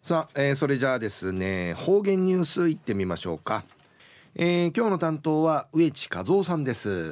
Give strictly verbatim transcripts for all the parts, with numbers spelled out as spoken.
さあ、えー、それじゃあですね、方言ニュースいってみましょうか。えー、今日の担当は植地和夫さんです。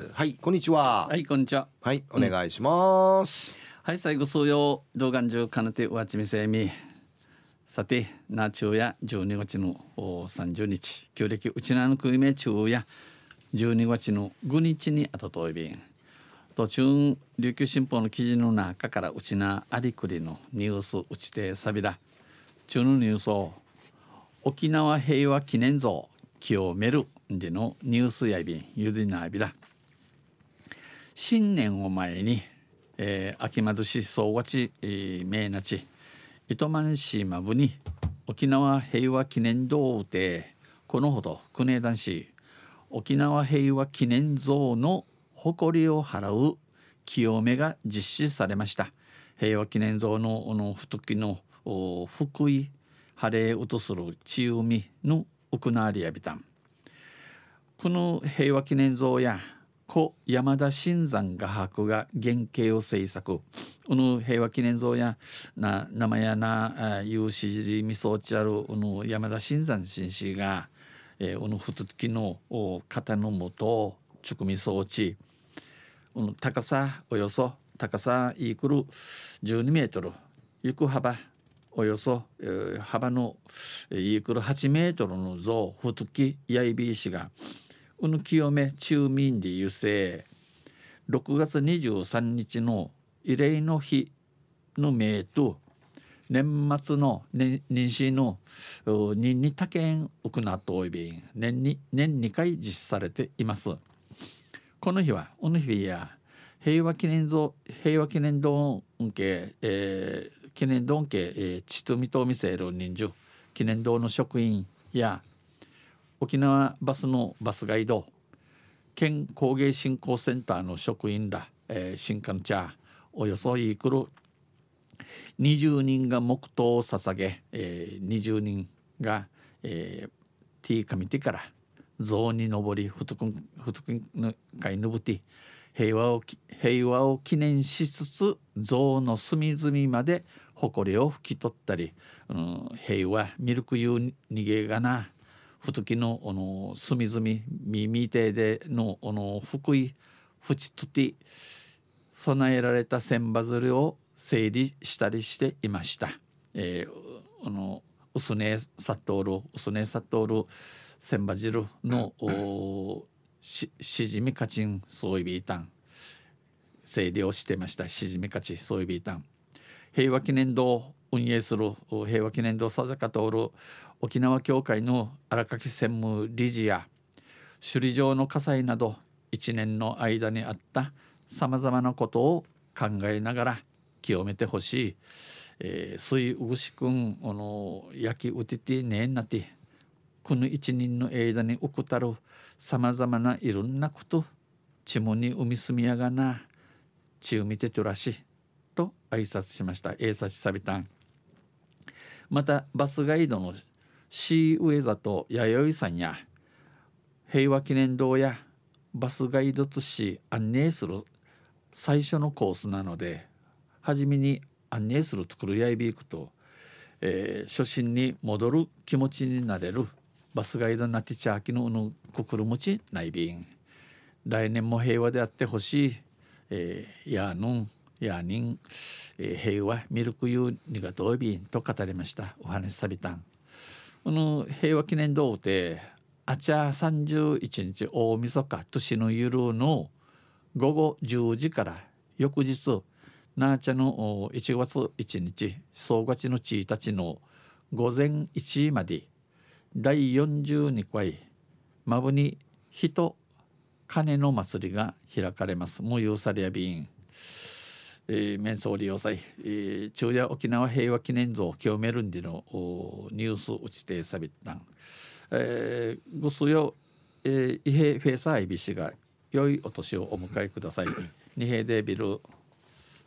はい、こんにちは。 はい、こんにちは。 はい、お願いします。 はい、最後数曜動画中かなてわちみせみ。さて、な昼夜じゅうにがつのさんじゅうにち、旧暦うちなのくいめ昼夜じゅうにがつのごにちにあたといびん。途中、琉球新報の記事の中からうちなありくりのニュースうちてさびだ。中のニュースを沖縄平和記念像清めるでのニュースやびんゆでなびら。新年を前に、えー、秋窓市総和地、えー、名なち糸満市まぶに沖縄平和記念堂でこのほど国枝市沖縄平和記念像の誇りを払う清めが実施されました。平和記念像のの太きの福井晴れうとするちうみのうくなりやびたん。この平和記念像や故山田新山画伯が原型を制作。この平和記念像やな名前やな有志じりみそうちあるこの山田新山紳士が、えー、この太きの型のもとちくみ装置この高さおよそ高さイークルじゅうにメートル行く幅およそ、えー、幅のイークルはちメートルの像太きやいびいしがうぬ清め中民でゆせろくがつにじゅうさんにちの慰霊の日の命と年末の年始の年に他県行うといびん年に年にかい実施されています。この日はこの日や平和記念堂平和記念堂家、えー、記念堂家、えー、ちとみとみせる人数記念堂の職員や沖縄バスのバスガイド県工芸振興センターの職員ら、えー、新館茶およそいくるにじゅうにんが黙祷を捧げ、えー、にじゅうにんが、えー、ティーカミティから像に登りふとくんふとくんの会ぬぶて平和を平和を記念しつつ像の隅々まで誇りを拭き取ったり、うん、平和ミルクユー逃げがなふときのあの隅々みみてでのあの福井ふちとて備えられた千羽鶴を整理したりしていました。えー、あのうすねさっとおるうすねさっとおる千羽鶴のししじみかちんそういびいたん整理をしてました。しじみかちそういびいたん平和記念堂を運営する平和記念堂さざかとおる沖縄協会の荒垣専務理事や首里城の火災などいちねんの間にあったさまざまなことを考えながら清めてほしい、えー、水うぐしくんあの焼きうててねえなてこの一人の間に起こたるさまざまないろんなことちもに海すみやがなちうみてとらしと挨拶しました。えいさちさびたんまたバスガイドのシーウェザと弥生さんや平和記念堂やバスガイドとし案内する最初のコースなので初めに案内するところやいびいくと、えー、初心に戻る気持ちになれるバスガイドなってちゃきののくくるもちないびん来年も平和であってほしい、えー、やーぬんやーにん、えー、平和ミルクユーにがどうびんと語りました。お話さびたんこの平和記念堂であちゃさんじゅういちにち大晦日年のゆるのごごじゅうじから翌日なあちゃのいちがついちにち総がちのちいたちの午前いちじまでだいよんじゅうにかいまぶに人金の祭りが開かれます。もうゆうさりやびん、えー、面相利用祭、えー、昼夜沖縄平和記念像清めるんでのニュースうちてさびったん、えー、ご数よ、えー、伊平フェイサーイビシが良いお年をお迎えください。二平デビル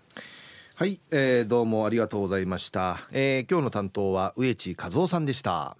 はい、えー、どうもありがとうございました。えー、今日の担当は植地和夫さんでした。